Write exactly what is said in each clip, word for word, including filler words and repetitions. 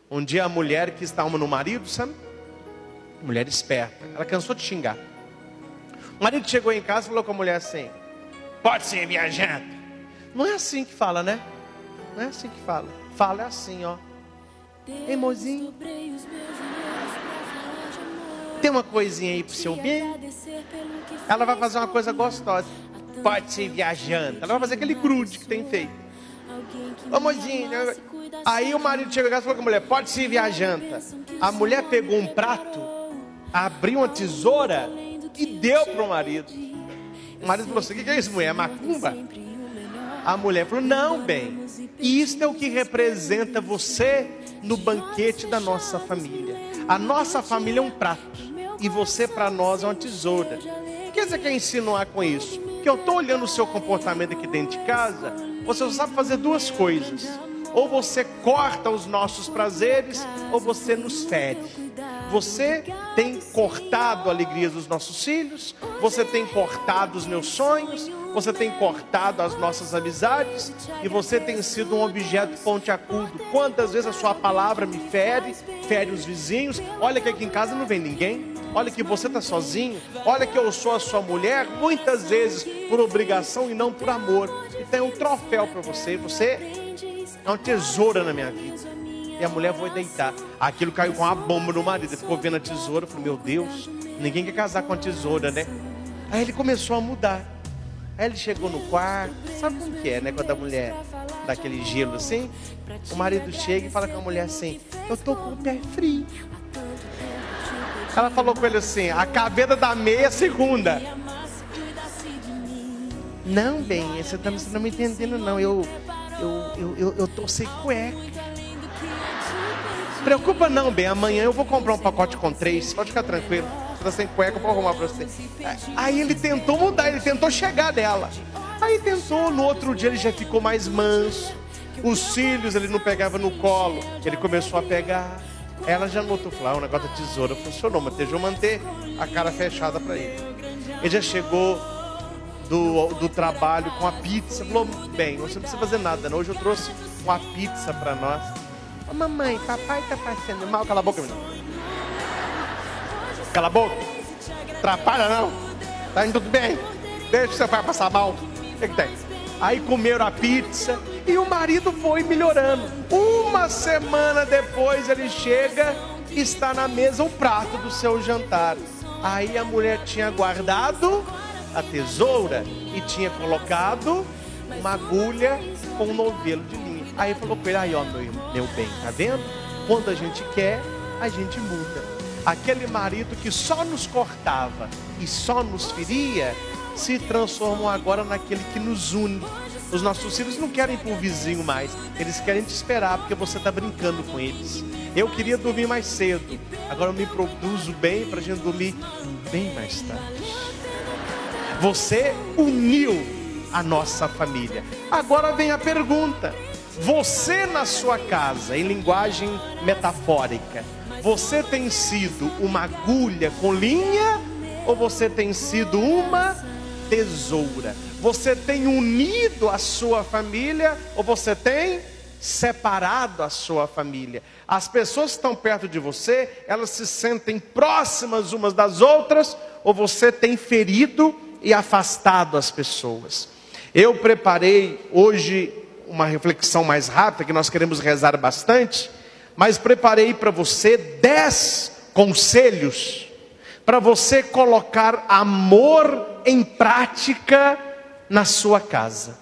Um dia a mulher que estava no marido, sabe? Mulher esperta. Ela cansou de xingar. O marido chegou em casa e falou com a mulher assim: pode ser viajante. Não é assim que fala, né? Não é assim que fala. Fala é assim, ó. Ei, mozinho, tem uma coisinha aí pro seu bem? Ela vai fazer uma coisa gostosa. Pode ser viajante. Ela vai fazer aquele grude que tem feito. Ô, mozinho. Aí o marido chegou em casa e falou com a mulher: pode ser viajanta. A mulher pegou um prato, abriu uma tesoura e deu pro marido. O marido falou assim: o que é isso, mulher? É macumba? A mulher falou: não, bem, isto é o que representa você no banquete da nossa família. A nossa família é um prato e você para nós é uma tesoura. O que você quer insinuar com isso? Que eu estou olhando o seu comportamento aqui dentro de casa. Você só sabe fazer duas coisas: ou você corta os nossos prazeres, ou você nos fere. Você tem cortado a alegria dos nossos filhos, você tem cortado os meus sonhos, você tem cortado as nossas amizades, e você tem sido um objeto pontiagudo. Quantas vezes a sua palavra me fere, fere os vizinhos? Olha que aqui em casa não vem ninguém, olha que você está sozinho, olha que eu sou a sua mulher, muitas vezes por obrigação e não por amor. E tem um troféu para você, você é uma tesoura na minha vida. E a mulher foi deitar. Aquilo caiu com uma bomba no marido. Ele ficou vendo a tesoura. Falou: meu Deus, ninguém quer casar com a tesoura, né? Aí ele começou a mudar. Aí ele chegou no quarto. Sabe como que é, né? Quando a mulher dá aquele gelo assim, o marido chega e fala com a mulher assim: eu tô com o pé frio. Ela falou com ele assim: a caveira da meia segunda. Não, bem, você tá, você não me entendendo não. Eu, eu, eu, eu, eu tô sem cueca. Preocupa não, bem, amanhã eu vou comprar um pacote com três, pode ficar tranquilo. Você tá sem cueca, eu vou arrumar pra você. Aí ele tentou mudar, ele tentou chegar nela. Aí tentou, no outro dia ele já ficou mais manso. Os cílios ele não pegava no colo, ele começou a pegar. Ela já notou, falou: ah, o negócio da tesoura funcionou, mas deixou manter a cara fechada pra ele. Ele já chegou do, do trabalho com a pizza, falou: bem, você não precisa fazer nada não, hoje eu trouxe uma pizza pra nós. Ô, mamãe, papai tá passando mal. Cala a boca, menino. Cala a boca. Atrapalha não. Tá indo tudo bem. Deixa o seu pai passar mal. O que que tem? Aí comeram a pizza e o marido foi melhorando. Uma semana depois ele chega e está na mesa o prato do seu jantar. Aí a mulher tinha guardado a tesoura e tinha colocado uma agulha com um novelo de linha. Aí falou com ele: aí ó, meu, meu bem, tá vendo? Quando a gente quer, a gente muda. Aquele marido que só nos cortava e só nos feria, se transformou agora naquele que nos une. Os nossos filhos não querem ir para o vizinho mais, eles querem te esperar porque você está brincando com eles. Eu queria dormir mais cedo, agora eu me produzo bem para a gente dormir bem mais tarde. Você uniu a nossa família. Agora vem a pergunta: você na sua casa, em linguagem metafórica, você tem sido uma agulha com linha ou você tem sido uma tesoura? Você tem unido a sua família ou você tem separado a sua família? As pessoas que estão perto de você, elas se sentem próximas umas das outras ou você tem ferido e afastado as pessoas? Eu preparei hoje uma reflexão mais rápida, que nós queremos rezar bastante, mas preparei para você dez conselhos para você colocar amor em prática na sua casa.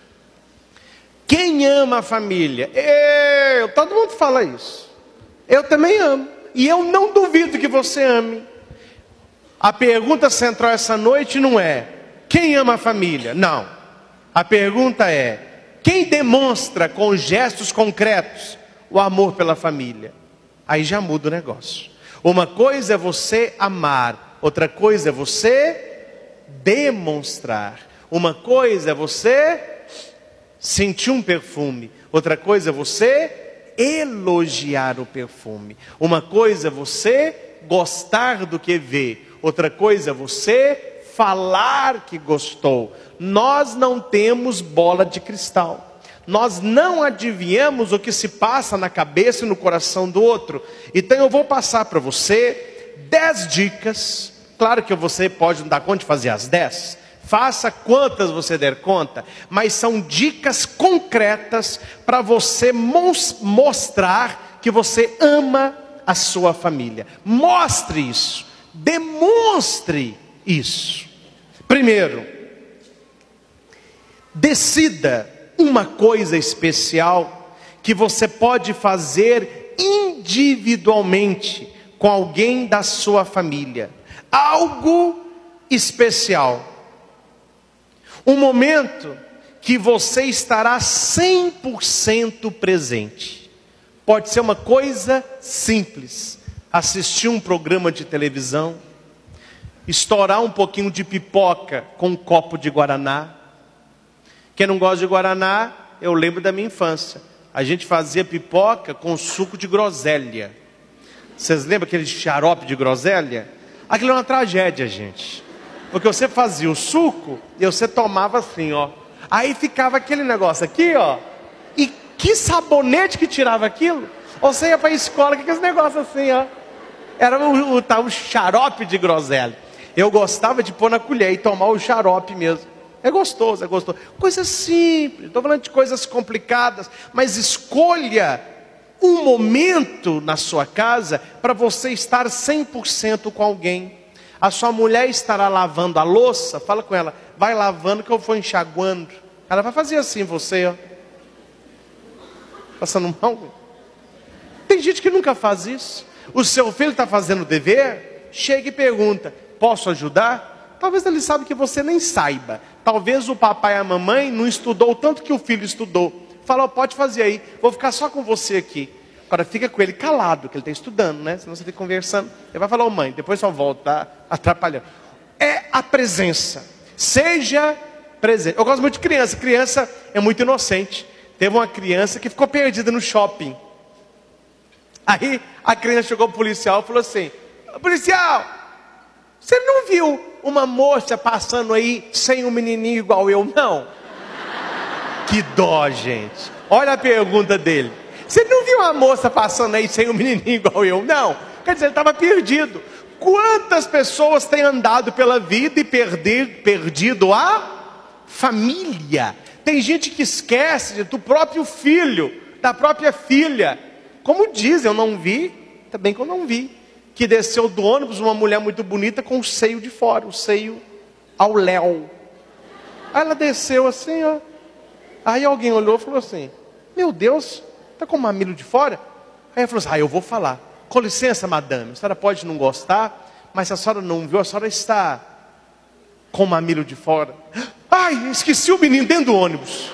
Quem ama a família? Eu, todo mundo fala isso. Eu também amo. E eu não duvido que você ame. A pergunta central essa noite não é quem ama a família. Não. A pergunta é: quem demonstra com gestos concretos o amor pela família? Aí já muda o negócio. Uma coisa é você amar, outra coisa é você demonstrar. Uma coisa é você sentir um perfume, outra coisa é você elogiar o perfume. Uma coisa é você gostar do que vê, outra coisa é você falar que gostou. Nós não temos bola de cristal. nós não adivinhamos o que se passa na cabeça e no coração do outro. Então eu vou passar para você dez dicas. Claro que você pode não dar conta de fazer as dez. Faça quantas você der conta. Mas são dicas concretas para você mostrar que você ama a sua família. Mostre isso. Demonstre isso. Primeiro, decida uma coisa especial que você pode fazer individualmente com alguém da sua família. Algo especial. Um momento que você estará cem por cento presente. Pode ser uma coisa simples. Assistir um programa de televisão, estourar um pouquinho de pipoca com um copo de guaraná. Quem não gosta de guaraná, eu lembro da minha infância. A gente fazia pipoca com suco de groselha. Vocês lembram aquele xarope de groselha? Aquilo é uma tragédia, gente. Porque você fazia o suco e você tomava assim, ó. Aí ficava aquele negócio aqui, ó. E que sabonete que tirava aquilo? Ou você ia para a escola com aquele negócio assim, ó. Era o, o tal xarope de groselha. Eu gostava de pôr na colher e tomar o xarope mesmo. É gostoso, é gostoso. Coisa simples, estou falando de coisas complicadas, mas escolha um momento na sua casa para você estar cem por cento com alguém. A sua mulher estará lavando a louça, fala com ela, vai lavando que eu vou enxaguando. Ela vai fazer assim, você, ó. Passando mal. Tem gente que nunca faz isso. O seu filho está fazendo o dever, chega e pergunta, posso ajudar? Talvez ele saiba que você nem saiba. Talvez o papai e a mamãe não estudou o tanto que o filho estudou. Fala, oh, pode fazer aí, vou ficar só com você aqui. Agora fica com ele calado, que ele está estudando, né? Senão você fica conversando. Ele vai falar, oh, mãe, depois só volta, tá atrapalhando. É a presença. Seja presente. Eu gosto muito de criança. Criança é muito inocente. Teve uma criança que ficou perdida no shopping. Aí a criança chegou pro policial e falou assim, policial, você não viu uma moça passando aí sem um menininho igual eu, não? Que dó, gente. Olha a pergunta dele. Você não viu uma moça passando aí sem um menininho igual eu, não? Quer dizer, ele estava perdido. Quantas pessoas têm andado pela vida e perdido, perdido a família? Tem gente que esquece do próprio filho, da própria filha. Como diz, eu não vi, também que eu não vi. Que desceu do ônibus uma mulher muito bonita com o seio de fora, o seio ao léu. Aí ela desceu assim, ó. Aí alguém olhou e falou assim, meu Deus, está com o mamilo de fora? Aí ela falou assim, ah, eu vou falar. Com licença, madame, a senhora pode não gostar, mas se a senhora não viu, a senhora está com o mamilo de fora. Ai, esqueci o menino dentro do ônibus.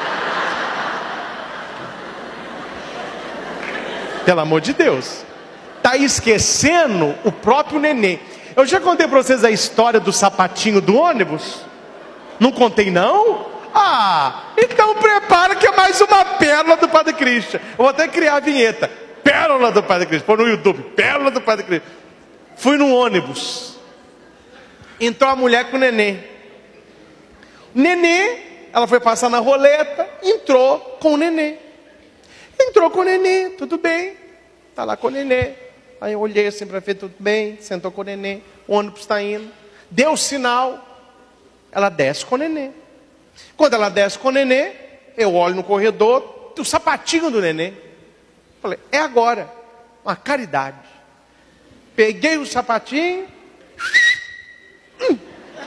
Pelo amor de Deus. Está esquecendo o próprio neném. Eu já contei para vocês a história do sapatinho do ônibus? Não contei não? Ah, então prepara que é mais uma pérola do Padre Christian. Eu vou até criar a vinheta. Pérola do Padre Christian. Põe no YouTube. Pérola do Padre Christian. Fui no ônibus. Entrou a mulher com o neném. Neném, ela foi passar na roleta, entrou com o neném. Entrou com o neném, tudo bem. Está lá com o neném. Aí eu olhei assim para ver, tudo bem. Sentou com o neném. O ônibus está indo. Deu sinal. Ela desce com o neném. Quando ela desce com o neném, eu olho no corredor, o sapatinho do neném. Falei, é agora. Uma caridade. Peguei o sapatinho. Hum.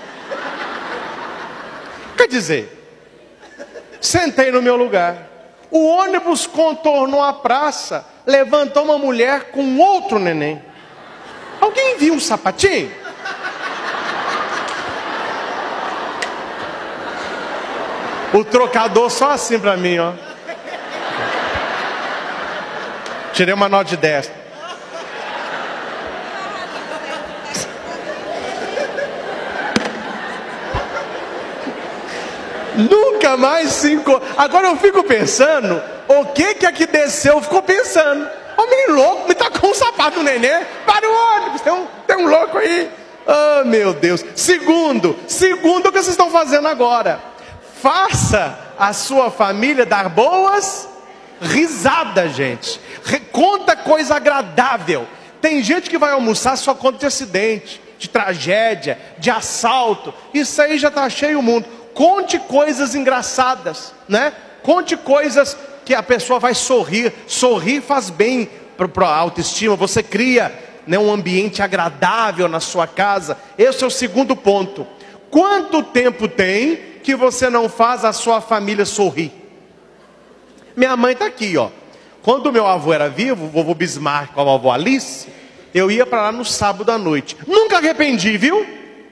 Quer dizer, sentei no meu lugar. O ônibus contornou a praça, levantou uma mulher com outro neném. Alguém viu um sapatinho? O trocador só assim pra mim, ó. Tirei uma nota de dez. Nunca mais cinco. Agora eu fico pensando, o que que aqui desceu? Ficou pensando. Ó, menino louco, me tá com um sapato do neném. Para o ônibus, tem um, tem um louco aí. Oh, meu Deus. Segundo, segundo o que vocês estão fazendo agora. Faça a sua família dar boas risadas, gente. Conta coisa agradável. Tem gente que vai almoçar só conta de acidente, de tragédia, de assalto. Isso aí já está cheio o mundo. Conte coisas engraçadas, né? Conte coisas que a pessoa vai sorrir. Sorrir faz bem para a autoestima. Você cria, né, um ambiente agradável na sua casa. Esse é o segundo ponto. Quanto tempo tem que você não faz a sua família sorrir? Minha mãe está aqui, ó. Quando meu avô era vivo, o vovô Bismarck com a vovó Alice, eu ia para lá no sábado à noite. Nunca arrependi, viu?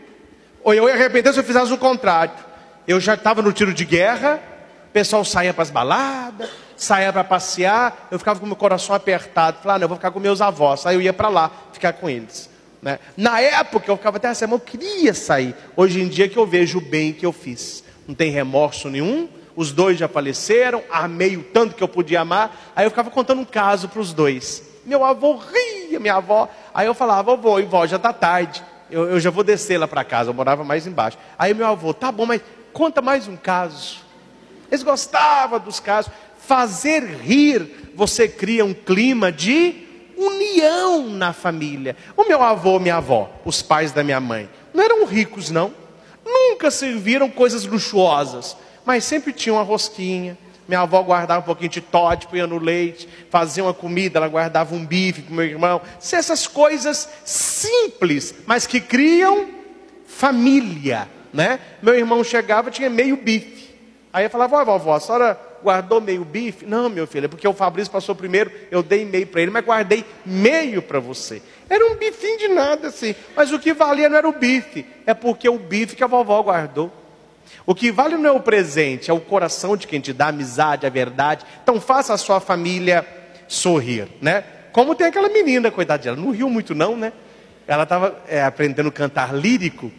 Ou eu ia arrepender se eu fizesse o contrário. Eu já estava no tiro de guerra, o pessoal saía para as baladas, saía para passear, eu ficava com o meu coração apertado. Falava, ah, não, eu vou ficar com meus avós. Aí eu ia para lá, ficar com eles, né? Na época eu ficava até assim, eu queria sair. Hoje em dia que eu vejo o bem que eu fiz. Não tem remorso nenhum. Os dois já faleceram, amei o tanto que eu podia amar. Aí eu ficava contando um caso para os dois. Meu avô ria, minha avó. Aí eu falava, vovô e vó, já está tarde. Eu, eu já vou descer lá para casa, eu morava mais embaixo. Aí meu avô, tá bom, mas conta mais um caso. Eles gostavam dos casos. Fazer rir, você cria um clima de união na família. O meu avô, minha avó, os pais da minha mãe, não eram ricos não. Nunca serviram coisas luxuosas. Mas sempre tinha uma rosquinha. Minha avó guardava um pouquinho de Toddy, punha no leite, fazia uma comida, ela guardava um bife para o meu irmão. Essas coisas simples, mas que criam família, né? Meu irmão chegava, tinha meio bife. Aí eu falava, ó, vovó, a senhora guardou meio bife? Não, meu filho, é porque o Fabrício passou primeiro, eu dei meio para ele, mas guardei meio para você. Era um bifinho de nada assim, mas o que valia não era o bife, é porque o bife que a vovó guardou. O que vale não é o presente, é o coração de quem te dá, a amizade, a verdade. Então faça a sua família sorrir, né? Como tem aquela menina, coitada dela, não riu muito não, né? Ela estava é, aprendendo a cantar lírico.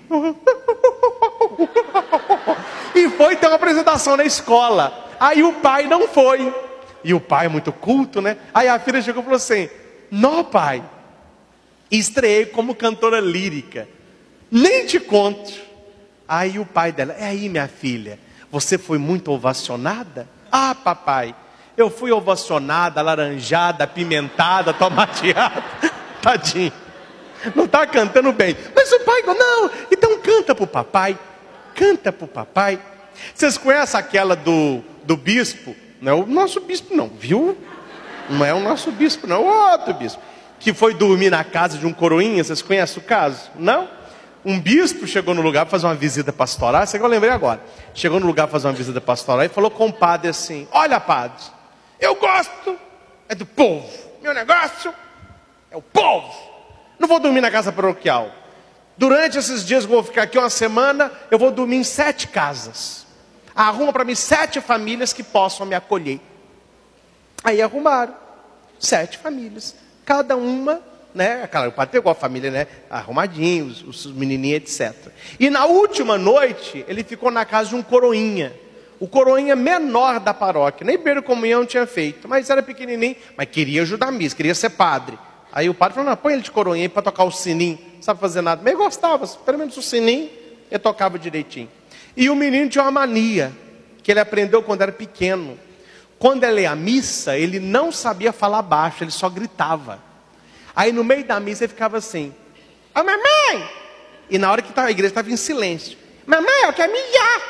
E foi ter uma apresentação na escola. Aí o pai não foi. E o pai é muito culto, né? Aí a filha chegou e falou assim, não, pai, estreiei como cantora lírica. Nem te conto. Aí o pai dela, é aí minha filha, você foi muito ovacionada? Ah, papai, eu fui ovacionada, laranjada, apimentada, tomateada. Tadinho, não está cantando bem. Mas o pai, não, então canta para o papai, canta para o papai. Vocês conhecem aquela do, do bispo? Não é o nosso bispo não, viu? Não é o nosso bispo não, é outro bispo. Que foi dormir na casa de um coroinha, vocês conhecem o caso? Não? Um bispo chegou no lugar para fazer uma visita pastoral, isso é que eu lembrei agora. Chegou no lugar para fazer uma visita pastoral e falou com o padre assim, olha padre, eu gosto é do povo, meu negócio é o povo. Não vou dormir na casa paroquial. Durante esses dias que eu vou ficar aqui uma semana, eu vou dormir em sete casas. Arruma para mim sete famílias que possam me acolher. Aí arrumaram sete famílias, cada uma, né? O padre pegou a família, né? Arrumadinho, os, os menininhos, etcétera. E na última noite, ele ficou na casa de um coroinha. O coroinha menor da paróquia. Nem primeiro comunhão tinha feito, mas era pequenininho. Mas queria ajudar a missa, queria ser padre. Aí o padre falou, não, põe ele de coroinha aí para tocar o sininho. Não sabe fazer nada. Mas ele gostava, pelo menos o sininho, ele tocava direitinho. E o menino tinha uma mania, que ele aprendeu quando era pequeno. Quando ele ia à missa, ele não sabia falar baixo, ele só gritava. Aí no meio da missa ele ficava assim, ô mamãe! E na hora que a igreja estava em silêncio, mamãe, eu quero mijar.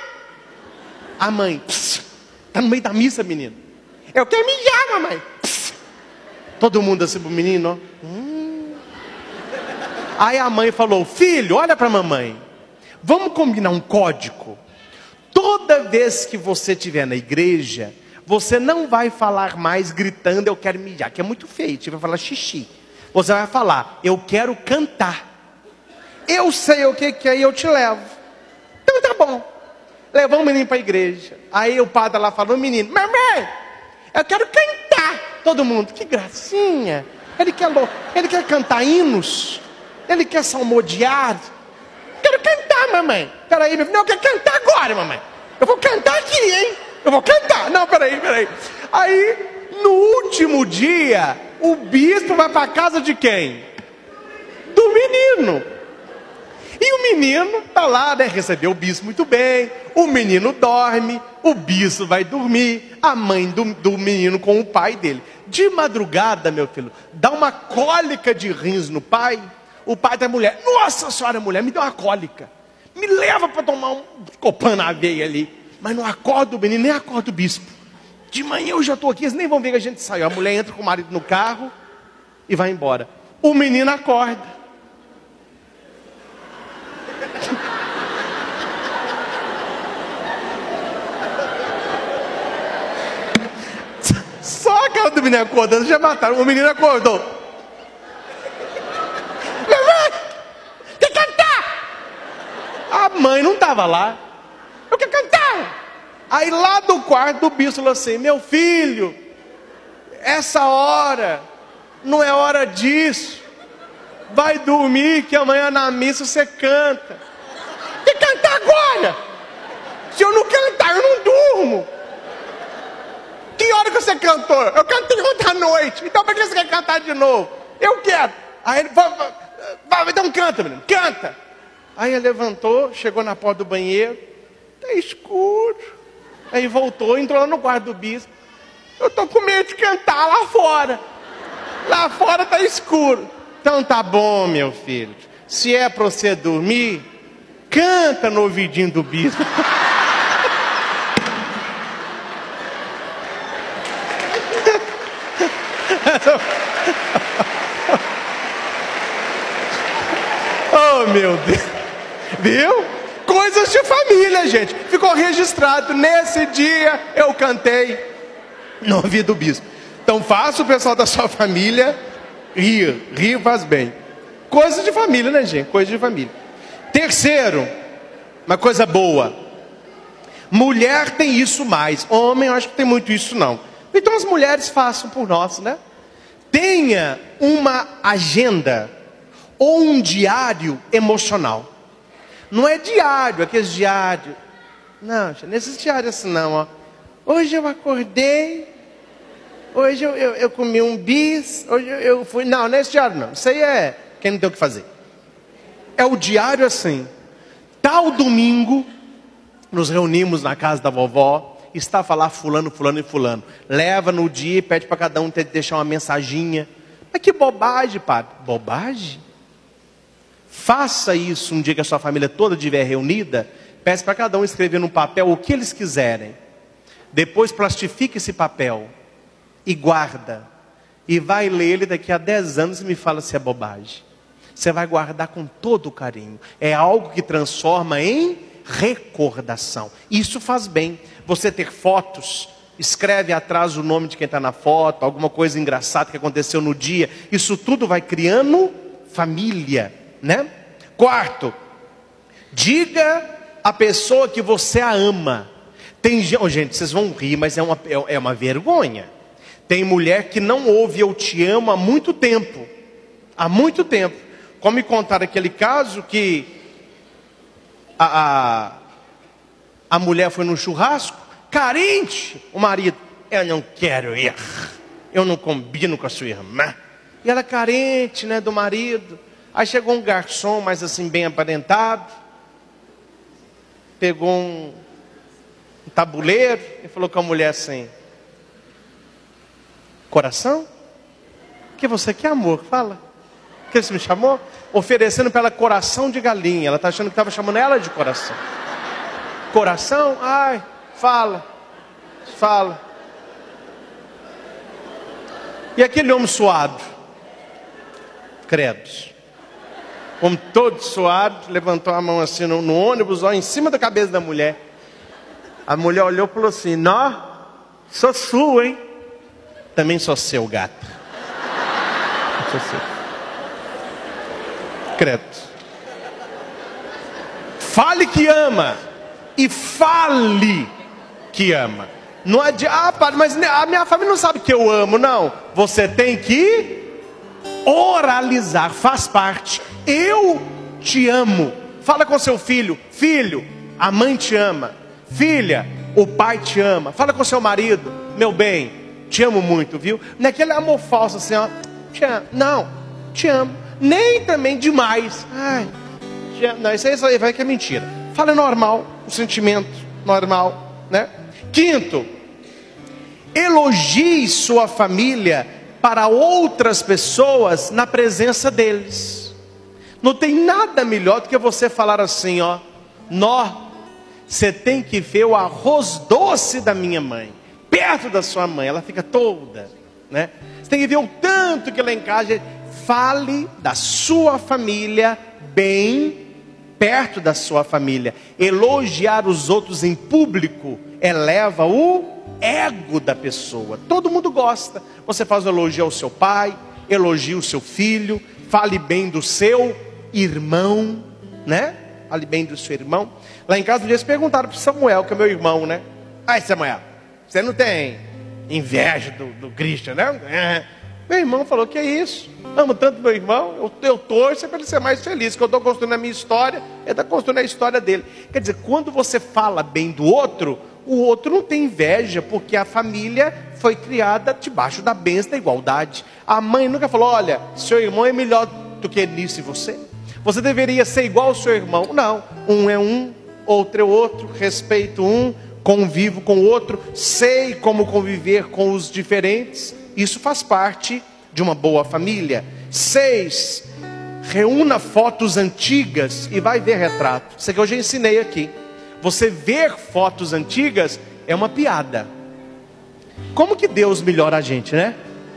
A mãe, está no meio da missa, menino. Eu quero mijar, mamãe. Pss. Todo mundo assim pro menino, ó. Hum. Aí a mãe falou, filho, olha para a mamãe. Vamos combinar um código. Toda vez que você estiver na igreja, você não vai falar mais gritando, eu quero mijar, que é muito feio, você vai falar xixi. Você vai falar, eu quero cantar. Eu sei o que que é e eu te levo. Então tá bom. Levou o menino para a igreja. Aí o padre lá falou, menino, mamãe, eu quero cantar. Todo mundo, que gracinha. Ele quer, ele quer cantar hinos. Ele quer salmodiar. Quero cantar, mamãe. Peraí, meu filho, não, eu quero cantar agora, mamãe. Eu vou cantar aqui, hein? Eu vou cantar. Não, peraí, peraí. Aí, no último dia, o bispo vai para a casa de quem? Do menino. E o menino tá lá, né? Recebeu o bicho muito bem. O menino dorme, o bicho vai dormir. A mãe do, do menino com o pai dele. De madrugada, meu filho, dá uma cólica de rins no pai. O pai da mulher, nossa senhora, mulher, me deu uma cólica. Me leva para tomar um copã na veia ali. Mas não acorda o menino, nem acorda o bispo. De manhã eu já estou aqui, eles nem vão ver que a gente saiu. A mulher entra com o marido no carro e vai embora. O menino acorda. Só a cara do menino acordando, já mataram. O menino acordou. Mamãe, quer cantar? A mãe não estava lá. Eu quero cantar. Aí lá do quarto do bispo falou assim: meu filho, essa hora não é hora disso. Vai dormir que amanhã na missa você canta. Quer cantar agora? Se eu não cantar, eu não durmo. Que hora que você cantou? Eu cantei ontem à noite. Então por que você quer cantar de novo? Eu quero. Aí ele vai, vai, então canta, menino, canta. Aí ele levantou, chegou na porta do banheiro. Tá escuro. Aí voltou, entrou lá no quarto do bispo. Eu tô com medo de cantar lá fora. Lá fora tá escuro. Então tá bom, meu filho. Se é pra você dormir, canta no ouvidinho do bispo. Oh, meu Deus. Viu? Coisas de família, gente. Ficou registrado. Nesse dia eu cantei no ouvido do bispo. Então faça o pessoal da sua família rir. Rir faz bem. Coisas de família, né, gente? Coisas de família. Terceiro, uma coisa boa. Mulher tem isso mais. Homem, eu acho que tem muito isso não. Então as mulheres façam por nós, né? Tenha uma agenda ou um diário emocional. Não é diário, aqueles diários. Não, nesses diários assim não, ó. Hoje eu acordei, hoje eu, eu, eu comi um bis, hoje eu, eu fui... Não, não é esse diário não, isso aí é quem não tem o que fazer. É o diário assim. Tal domingo, nos reunimos na casa da vovó, estava lá fulano, fulano e fulano. Leva no dia e pede para cada um ter, deixar uma mensaginha. Mas que bobagem, padre. Bobagem? Faça isso um dia que a sua família toda estiver reunida. Peça para cada um escrever no papel o que eles quiserem. Depois plastifique esse papel e guarda. E vai ler ele daqui a dez anos e me fala se é bobagem. Você vai guardar com todo o carinho. É algo que transforma em recordação. Isso faz bem. Você ter fotos, escreve atrás o nome de quem está na foto, alguma coisa engraçada que aconteceu no dia. Isso tudo vai criando família, né? Quarto, diga à pessoa que você a ama. Tem gente, oh, gente, vocês vão rir, mas é uma, é uma vergonha. Tem mulher que não ouve eu te amo há muito tempo. Há muito tempo. Como me contaram aquele caso que a, a, a mulher foi no churrasco, carente, o marido, eu não quero ir, eu não combino com a sua irmã. E ela carente, né, do marido. Aí chegou um garçom, mas assim bem aparentado, pegou um, um tabuleiro e falou com a mulher assim: coração? O que você quer, amor? Fala. O que você me chamou? Oferecendo para ela coração de galinha. Ela está achando que estava chamando ela de coração. Coração? Ai, fala. Fala. E aquele homem suado? Credo. Homem todo suado, levantou a mão assim no, no ônibus, ó, em cima da cabeça da mulher. A mulher olhou e falou assim: nó, sou sua, hein? Também sou seu, gato. Sou seu. Credo. Fale que ama. E fale que ama. Não adianta, ah, padre, mas a minha família não sabe que eu amo, não. Você tem que oralizar, faz parte. Eu te amo. Fala com seu filho: filho, a mãe te ama. Filha, o pai te ama. Fala com seu marido: meu bem, te amo muito, viu? Não é aquele amor falso assim, ó, te amo. Não, te amo. Nem também demais. Ai, igreja. Não, isso aí vai que é mentira. Fala normal, o sentimento normal, né? Quinto, elogie sua família para outras pessoas na presença deles. Não tem nada melhor do que você falar assim, ó: nó, você tem que ver o arroz doce da minha mãe, perto da sua mãe, ela fica toda, né? Você tem que ver o tanto que lá em casa. Fale da sua família bem perto da sua família. Elogiar os outros em público eleva o ego da pessoa. Todo mundo gosta. Você faz um elogio ao seu pai, elogie o seu filho, fale bem do seu irmão, né? Fale bem do seu irmão. Lá em casa, um dia eles perguntaram para Samuel, que é meu irmão, né? Ai, Samuel, você não tem inveja do, do Christian, né? É. Meu irmão falou: que é isso? Amo tanto meu irmão, eu, eu torço para ele ser mais feliz, que eu estou construindo a minha história, ele está construindo a história dele. Quer dizer, quando você fala bem do outro, o outro não tem inveja, porque a família foi criada debaixo da bênção da igualdade. A mãe nunca falou: olha, seu irmão é melhor do que nisso e você. Você deveria ser igual ao seu irmão. Não, um é um, outro é outro, respeito um, convivo com o outro, sei como conviver com os diferentes. Isso faz parte de uma boa família. Seis, reúna fotos antigas e vai ver retrato. Isso aqui eu já ensinei aqui. Você ver fotos antigas é uma piada. Como que Deus melhora a gente, né?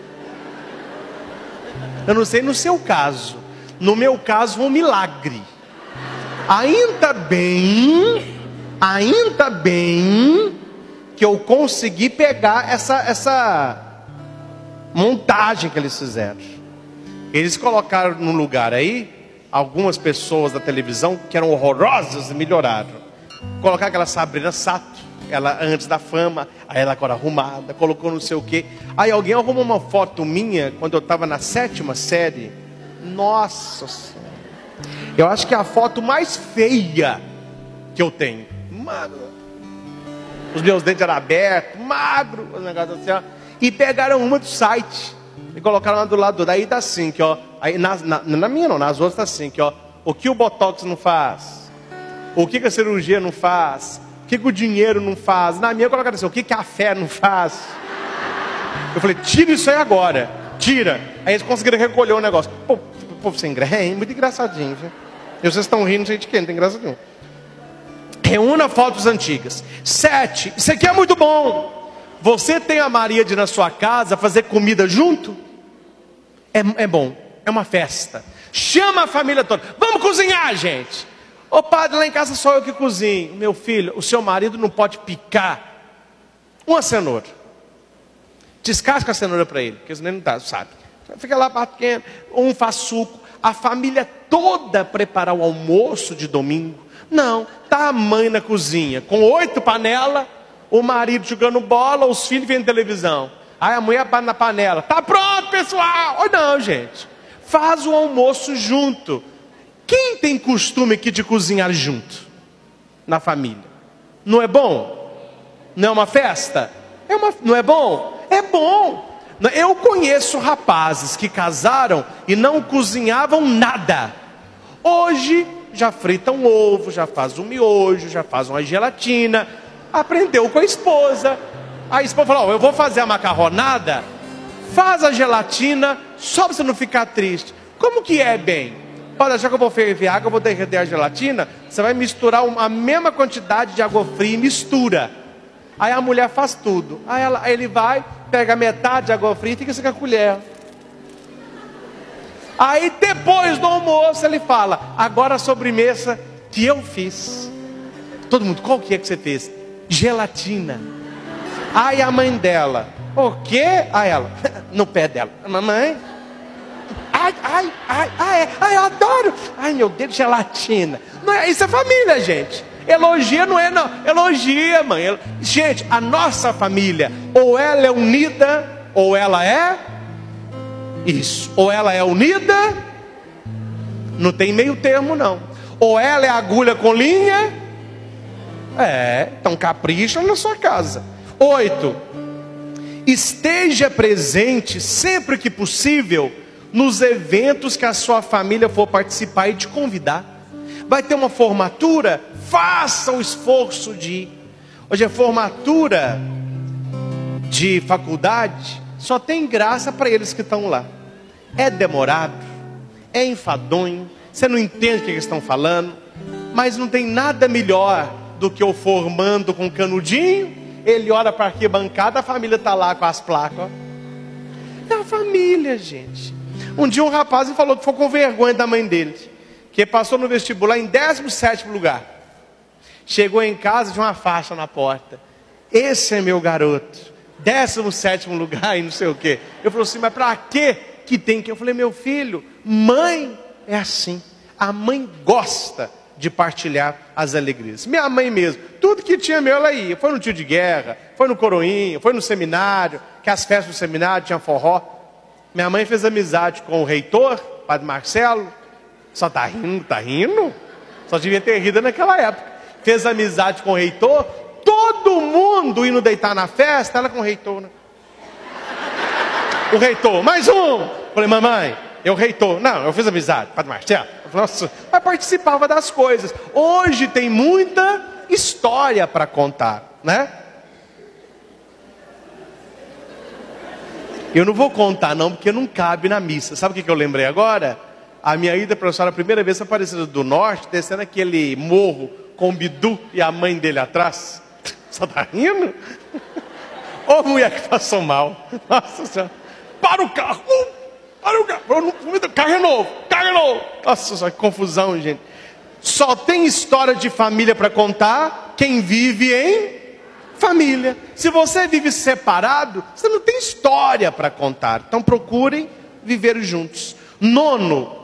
Eu não sei no seu caso. No meu caso, um milagre. Ainda bem, ainda bem que eu consegui pegar essa... essa montagem que eles fizeram. Eles colocaram num lugar aí algumas pessoas da televisão que eram horrorosas e melhoraram. Colocaram aquela Sabrina Sato, ela antes da fama, aí ela agora arrumada, colocou não sei o que. Aí alguém arrumou uma foto minha quando eu estava na sétima série. Nossa Senhora, eu acho que é a foto mais feia que eu tenho. Magro, os meus dentes eram abertos, magro, o negócio assim, ó. E pegaram uma do site e colocaram lá do lado. Daí tá assim, que ó. Aí na, na, na minha não, nas outras tá assim, que ó. O que o Botox não faz? O que, que a cirurgia não faz? O que, que o dinheiro não faz? Na minha colocaram assim: o que, que a fé não faz? Eu falei: tira isso aí agora, tira. Aí eles conseguiram recolher o negócio. Pô, povo sem graça, é muito engraçadinho, viu? E vocês estão rindo, gente, de quem? Não tem graça nenhuma. Reúna fotos antigas. Sete, isso aqui é muito bom. Você tem a Maria de na sua casa fazer comida junto? É, é bom, é uma festa. Chama a família toda. Vamos cozinhar, gente. Ô padre, lá em casa só eu que cozinho. Meu filho, o seu marido não pode picar uma cenoura. Descasca a cenoura para ele, porque senão ele não tá, sabe. Fica lá batendo, um faz suco. A família toda preparar o almoço de domingo. Não, tá a mãe na cozinha com oito panelas. O marido jogando bola, os filhos vendo televisão. Aí a mulher bate na panela. Tá pronto, pessoal? Ou não, gente. Faz o almoço junto. Quem tem costume aqui de cozinhar junto? Na família. Não é bom? Não é uma festa? É uma... Não é bom? É bom. Eu conheço rapazes que casaram e não cozinhavam nada. Hoje já fritam ovo, já faz um miojo, já faz uma gelatina. Aprendeu com a esposa. A esposa falou: oh, eu vou fazer a macarronada, faz a gelatina, só para você não ficar triste. Como que é, bem? Olha, já que eu vou ferver água, eu vou derreter a gelatina. Você vai misturar a mesma quantidade de água fria e mistura. Aí a mulher faz tudo. Aí, ela, aí ele vai, pega metade de água fria e fica com a colher. Aí depois do almoço ele fala: agora a sobremesa que eu fiz. Todo mundo: qual que é que você fez? Gelatina. Aí a mãe dela: o quê? Aí ela, no pé dela: mamãe, ai, ai, ai, ai, ai, eu adoro. Ai, meu Deus, gelatina. Não é, isso é família, gente. Elogia não é não. Elogia, mãe. Gente, a nossa família, ou ela é unida, ou ela é isso. Ou ela é unida, não tem meio termo não. Ou ela é agulha com linha. É, então capricha na sua casa. Oito, esteja presente sempre que possível nos eventos que a sua família for participar e te convidar. Vai ter uma formatura? Faça o esforço de ir. Hoje a formatura de faculdade só tem graça para eles que estão lá. É demorado, é enfadonho, você não entende o que eles estão falando, mas não tem nada melhor do que o formando com canudinho. Ele olha para a arquibancada, a família está lá com as placas. Ó. É a família, gente. Um dia um rapaz me falou que foi com vergonha da mãe dele, que passou no vestibular em décimo sétimo lugar. Chegou em casa de uma faixa na porta. Esse é meu garoto, décimo sétimo lugar e não sei o quê. Eu falei assim, mas para quê que tem que? Eu falei, meu filho, mãe é assim. A mãe gosta de partilhar as alegrias. Minha mãe mesmo, tudo que tinha meu, ela ia. Foi no tio de guerra, foi no coroinha, foi no seminário, que as festas do seminário tinham forró. Minha mãe fez amizade com o reitor, padre Marcelo. Só tá rindo, tá rindo? Só devia ter rido naquela época. Fez amizade com o reitor, todo mundo indo deitar na festa, ela com o reitor, né? O reitor, mais um! Falei, mamãe, eu reitor. Não, eu fiz amizade, padre Marcelo. Nossa, mas participava das coisas. Hoje tem muita história para contar, né? Eu não vou contar não, porque não cabe na missa. Sabe o que, que eu lembrei agora? A minha ida para a senhora, a primeira vez na Aparecida do Norte, descendo aquele morro com o Bidu e a mãe dele atrás. Só tá rindo? Ô mulher que passou mal. Nossa senhora. Para o carro. Uh, para o carro. Carro é novo. Carro é novo. Nossa senhora, que confusão, gente. Só tem história de família para contar quem vive em família. Se você vive separado, você não tem história para contar. Então procurem viver juntos. Nono,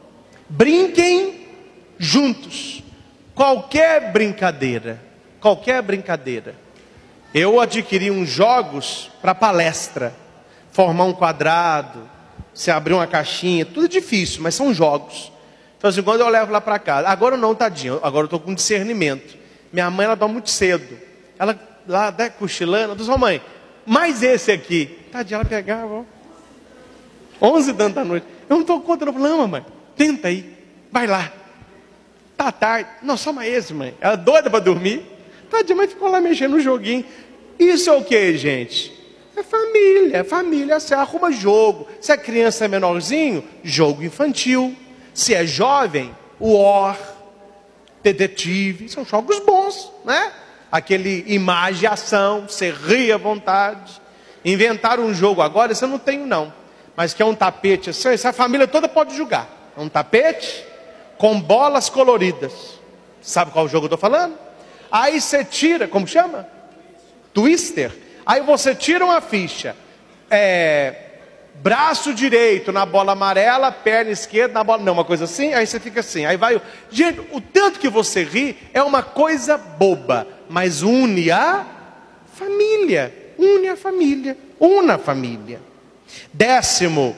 brinquem juntos. Qualquer brincadeira, qualquer brincadeira. Eu adquiri uns jogos para palestra. Formar um quadrado, se abrir uma caixinha, tudo é difícil, mas são jogos. Então assim, quando eu levo lá para casa, agora não, tadinho, agora eu estou com discernimento. Minha mãe, ela dorme muito cedo. Ela lá, né, cochilando, diz, ô mãe, mais esse aqui. Tadinha, ela pegava, ó. onze da noite. Eu não estou contando, não, mamãe, tenta aí, vai lá. Tá tarde. Não, só mais esse, mãe. Ela doida para dormir. Tadinha, mãe ficou lá mexendo no joguinho. Isso é o que, gente? É família. É família. Você arruma jogo. Se a criança é menorzinho, jogo infantil. Se é jovem, War, detetive. São jogos bons, né? Aquele imagem e ação. Você ri à vontade. Inventaram um jogo agora, isso eu não tenho não. Mas que é um tapete assim, essa família toda pode jogar. É um tapete com bolas coloridas. Sabe qual jogo eu estou falando? Aí você tira, como chama? Twister. Aí você tira uma ficha. É, braço direito na bola amarela, perna esquerda na bola... Não, uma coisa assim, aí você fica assim. Aí vai... Gente, o tanto que você ri é uma coisa boba. Mas une a família. Une a família. Una a família. Décimo.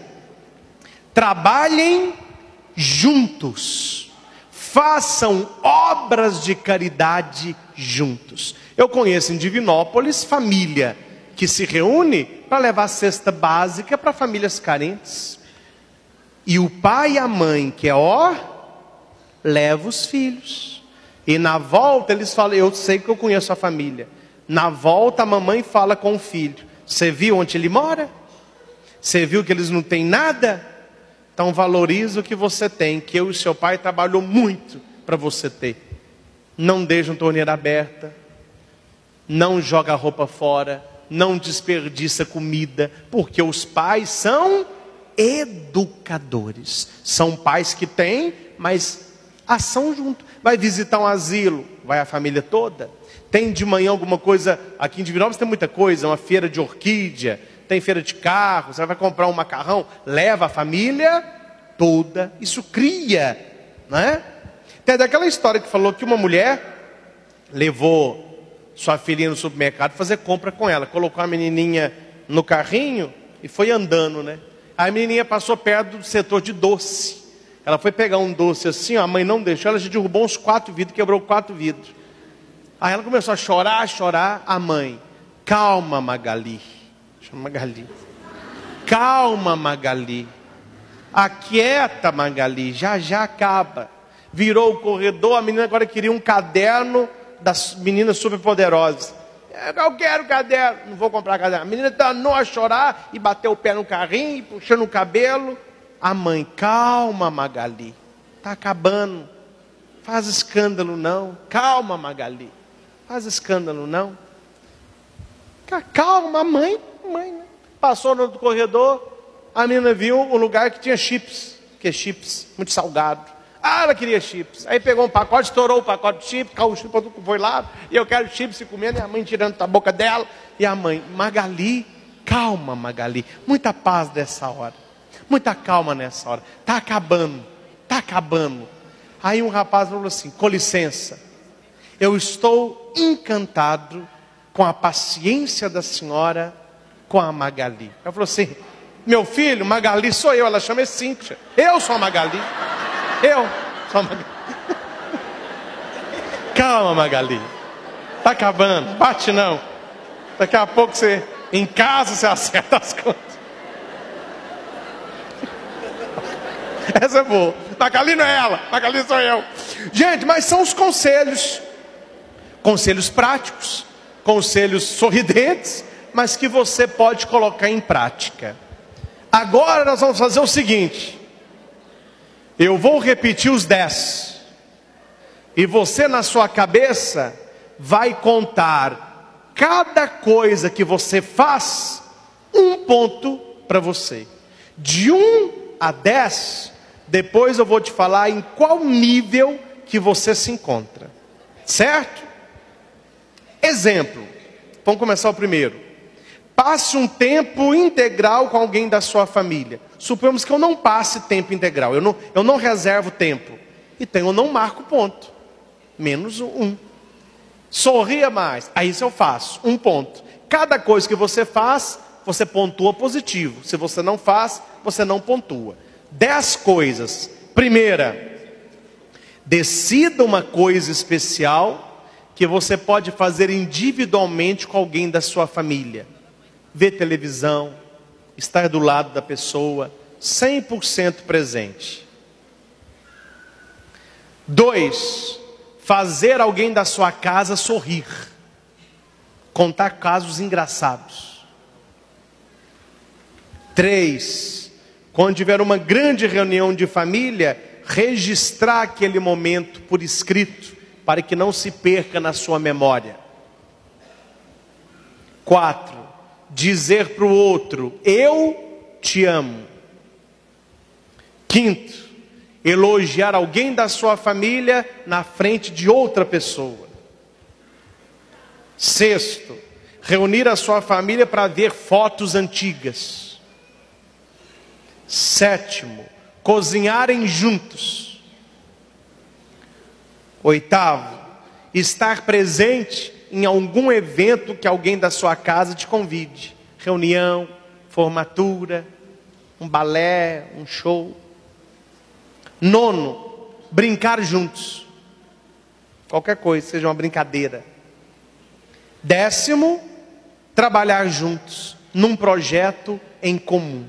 Trabalhem juntos, façam obras de caridade juntos. Eu conheço em Divinópolis família que se reúne para levar cesta básica para famílias carentes. E o pai e a mãe, que é ó, leva os filhos. E na volta eles falam, eu sei que eu conheço a família. Na volta a mamãe fala com o filho, você viu onde ele mora? Você viu que eles não têm nada? Então valoriza o que você tem, que eu e seu pai trabalhou muito para você ter. Não deixa uma torneira aberta, não joga a roupa fora, não desperdiça comida, porque os pais são educadores. São pais que têm, mas ação junto. Vai visitar um asilo, vai a família toda. Tem de manhã alguma coisa, aqui em Divinópolis tem muita coisa, uma feira de orquídea, tem feira de carro, você vai comprar um macarrão, leva a família toda, isso cria, né? Tem daquela história que falou que uma mulher levou sua filhinha no supermercado fazer compra com ela, colocou a menininha no carrinho e foi andando, né? A menininha passou perto do setor de doce, ela foi pegar um doce assim, ó, a mãe não deixou, ela já derrubou uns quatro vidros, quebrou quatro vidros. Aí ela começou a chorar, a chorar, a mãe, calma Magali, chama Magali, calma Magali, aquieta Magali, já já acaba. virou o corredor, a menina agora queria um caderno das meninas superpoderosas. Eu quero caderno, não vou comprar caderno. A menina danou a chorar e bateu o pé no carrinho, e puxando o cabelo. A mãe, calma, Magali, está acabando. Faz escândalo não. Calma, Magali, faz escândalo não. Calma, mãe, mãe. Né? Passou no outro corredor, a menina viu um lugar que tinha chips, que é chips, muito salgado. Ah, ela queria chips. Aí pegou um pacote, estourou o pacote de chips, caiu o chips, foi lá, e eu quero chips e comendo, e a mãe tirando da boca dela. E a mãe, Magali, calma, Magali, muita paz nessa hora, muita calma nessa hora, está acabando, está acabando. Aí um rapaz falou assim, com licença, eu estou encantado com a paciência da senhora com a Magali. Ela falou assim, meu filho, Magali sou eu, ela chama Cíntia, eu sou a Magali. Eu sou a Magali. Calma, Magali. Está acabando. Bate não. Daqui a pouco você, em casa, você acerta as contas. Essa é boa. Magali não é ela. Magali sou eu. Gente, mas são os conselhos. Conselhos práticos. Conselhos sorridentes. Mas que você pode colocar em prática. Agora nós vamos fazer o seguinte. Eu vou repetir os dez. E você na sua cabeça vai contar cada coisa que você faz, um ponto para você. De um a dez, depois eu vou te falar em qual nível que você se encontra. Certo? Exemplo. Vamos começar o primeiro. Passe um tempo integral com alguém da sua família. Suponhamos que eu não passe tempo integral. Eu não, eu não reservo tempo. Então eu não marco ponto. Menos um. Sorria mais. Aí isso eu faço. Um ponto. Cada coisa que você faz, você pontua positivo. Se você não faz, você não pontua. Dez coisas. Primeira. Decida uma coisa especial que você pode fazer individualmente com alguém da sua família. Ver televisão, estar do lado da pessoa, cem por cento presente. Dois, fazer alguém da sua casa sorrir. Contar casos engraçados. Três, quando tiver uma grande reunião de família, registrar aquele momento por escrito, para que não se perca na sua memória. Quatro, dizer para o outro, eu te amo. Quinto, elogiar alguém da sua família na frente de outra pessoa. Sexto, reunir a sua família para ver fotos antigas. Sétimo, cozinharem juntos. Oitavo, estar presente em algum evento que alguém da sua casa te convide. Reunião, formatura, um balé, um show. Nono, brincar juntos. Qualquer coisa, seja uma brincadeira. Décimo, trabalhar juntos num projeto em comum.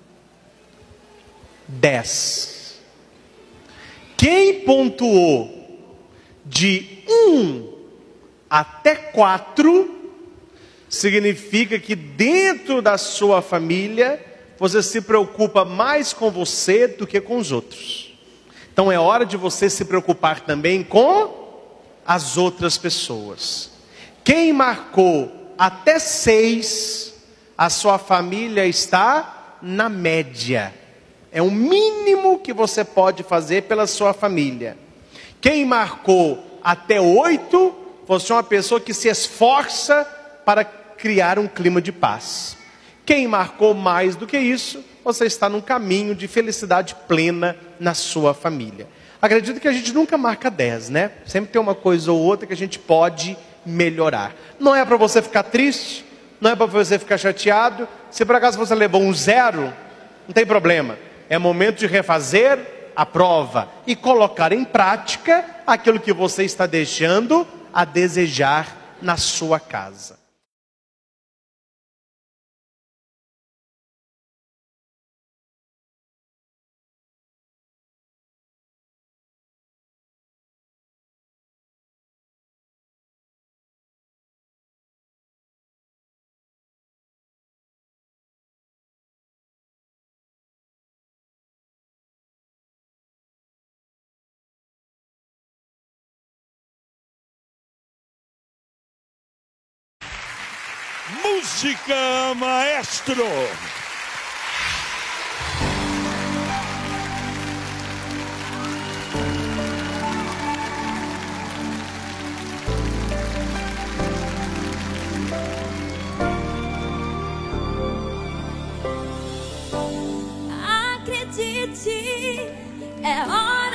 Dez. Quem pontuou de um até quatro, significa que dentro da sua família, você se preocupa mais com você do que com os outros. Então é hora de você se preocupar também com as outras pessoas. Quem marcou até seis, a sua família está na média. É o mínimo que você pode fazer pela sua família. Quem marcou até oito, você é uma pessoa que se esforça para criar um clima de paz. Quem marcou mais do que isso, você está num caminho de felicidade plena na sua família. Acredito que a gente nunca marca dez, né? Sempre tem uma coisa ou outra que a gente pode melhorar. Não é para você ficar triste, não é para você ficar chateado. Se por acaso você levou um zero, não tem problema. É momento de refazer a prova e colocar em prática aquilo que você está deixando a desejar na sua casa. música, maestro. Acredite, é hora.